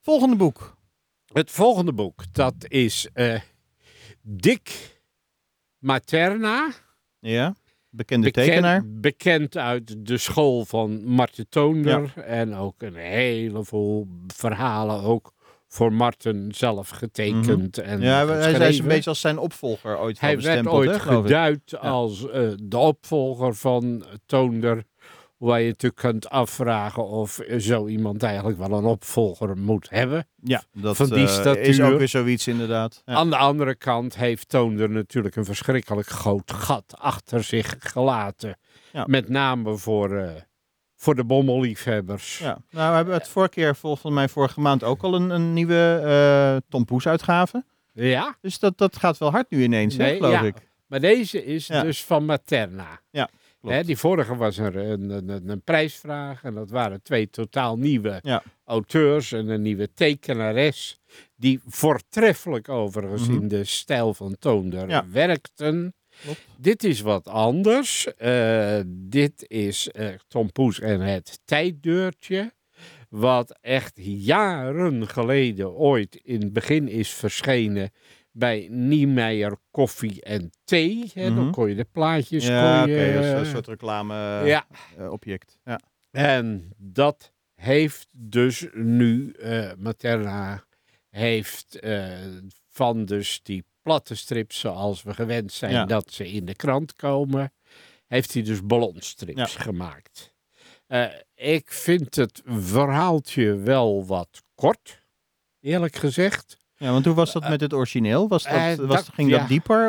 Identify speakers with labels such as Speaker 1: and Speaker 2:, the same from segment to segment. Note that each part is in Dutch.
Speaker 1: Volgende boek.
Speaker 2: Het volgende boek, dat is Dick Materna.
Speaker 1: Ja, bekende tekenaar.
Speaker 2: Bekend uit de school van Marten Toonder. Ja. En ook een heleboel verhalen ook voor Marten zelf getekend. En
Speaker 1: hij is een beetje als zijn opvolger ooit
Speaker 2: hij
Speaker 1: bestempeld.
Speaker 2: Hij werd ooit geduid als de opvolger van Toonder. Waar je natuurlijk kunt afvragen of zo iemand eigenlijk wel een opvolger moet hebben.
Speaker 1: Ja, dat
Speaker 2: van die statuur.
Speaker 1: Is ook weer zoiets inderdaad. Ja.
Speaker 2: Aan de andere kant heeft Toonder natuurlijk een verschrikkelijk groot gat achter zich gelaten. Ja. Met name voor de bommelliefhebbers.
Speaker 1: Ja. Nou, we hebben het volgens mij vorige maand ook al een nieuwe Tom Poes uitgave.
Speaker 2: Ja.
Speaker 1: Dus dat gaat wel hard nu ineens, geloof ik.
Speaker 2: Maar deze is dus van Materna.
Speaker 1: Ja.
Speaker 2: Die vorige was er een prijsvraag. En dat waren 2 totaal nieuwe auteurs en een nieuwe tekenares. Die voortreffelijk overigens in de stijl van Toonder werkten. Klopt. Dit is wat anders. Dit is Tom Poes en het tijddeurtje. Wat echt jaren geleden ooit in het begin is verschenen bij Niemeyer Koffie en Thee. Dan kon je de plaatjes...
Speaker 1: Ja, dat is een soort reclameobject. Ja.
Speaker 2: En dat heeft dus nu Materna heeft van dus die platte strips zoals we gewend zijn dat ze in de krant komen, heeft hij dus ballonstrips gemaakt. Ik vind het verhaaltje wel wat kort, eerlijk gezegd.
Speaker 1: Ja, want hoe was dat met het origineel? Ging dat dieper?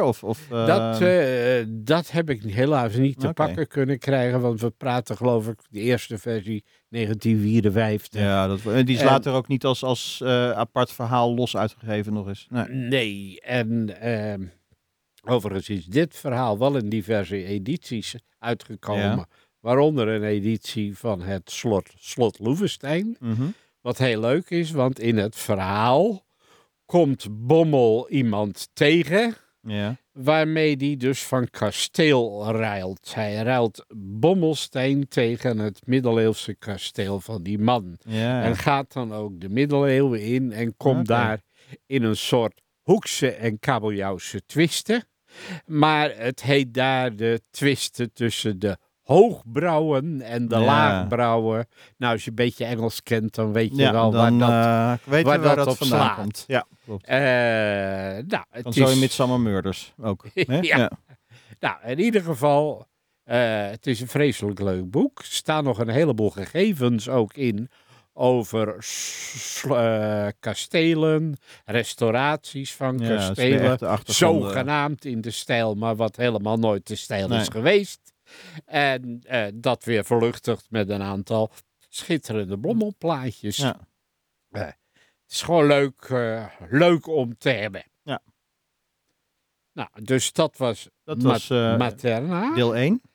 Speaker 2: Dat heb ik helaas niet te pakken kunnen krijgen, want we praten geloof ik de eerste versie 1954.
Speaker 1: Ja, die is later ook niet als apart verhaal los uitgegeven nog eens.
Speaker 2: Nee, en overigens is dit verhaal wel in diverse edities uitgekomen, waaronder een editie van het slot Loevestein. Mm-hmm. Wat heel leuk is, want in het verhaal komt Bommel iemand tegen, waarmee die dus van kasteel ruilt. Hij ruilt Bommelsteen tegen het middeleeuwse kasteel van die man. Ja. En gaat dan ook de middeleeuwen in en komt daar in een soort Hoekse en Kabeljauwse twisten. Maar het heet daar de twisten tussen de hoogbrouwen en de laagbrouwen. Nou, als je een beetje Engels kent, dan weet je wel waar dat op slaat.
Speaker 1: Ja, klopt.
Speaker 2: Het
Speaker 1: zo in Midsommar Murders ook.
Speaker 2: Ja. Nou, in ieder geval, het is een vreselijk leuk boek. Er staan nog een heleboel gegevens ook in over kastelen, restauraties van kastelen. Zogenaamd in de stijl, maar wat helemaal nooit de stijl is geweest. En dat weer verluchtigd met een aantal schitterende blommelplaatjes. Ja. Het is gewoon leuk om te hebben.
Speaker 1: Ja.
Speaker 2: Nou, dus dat was Materna.
Speaker 1: Deel 1.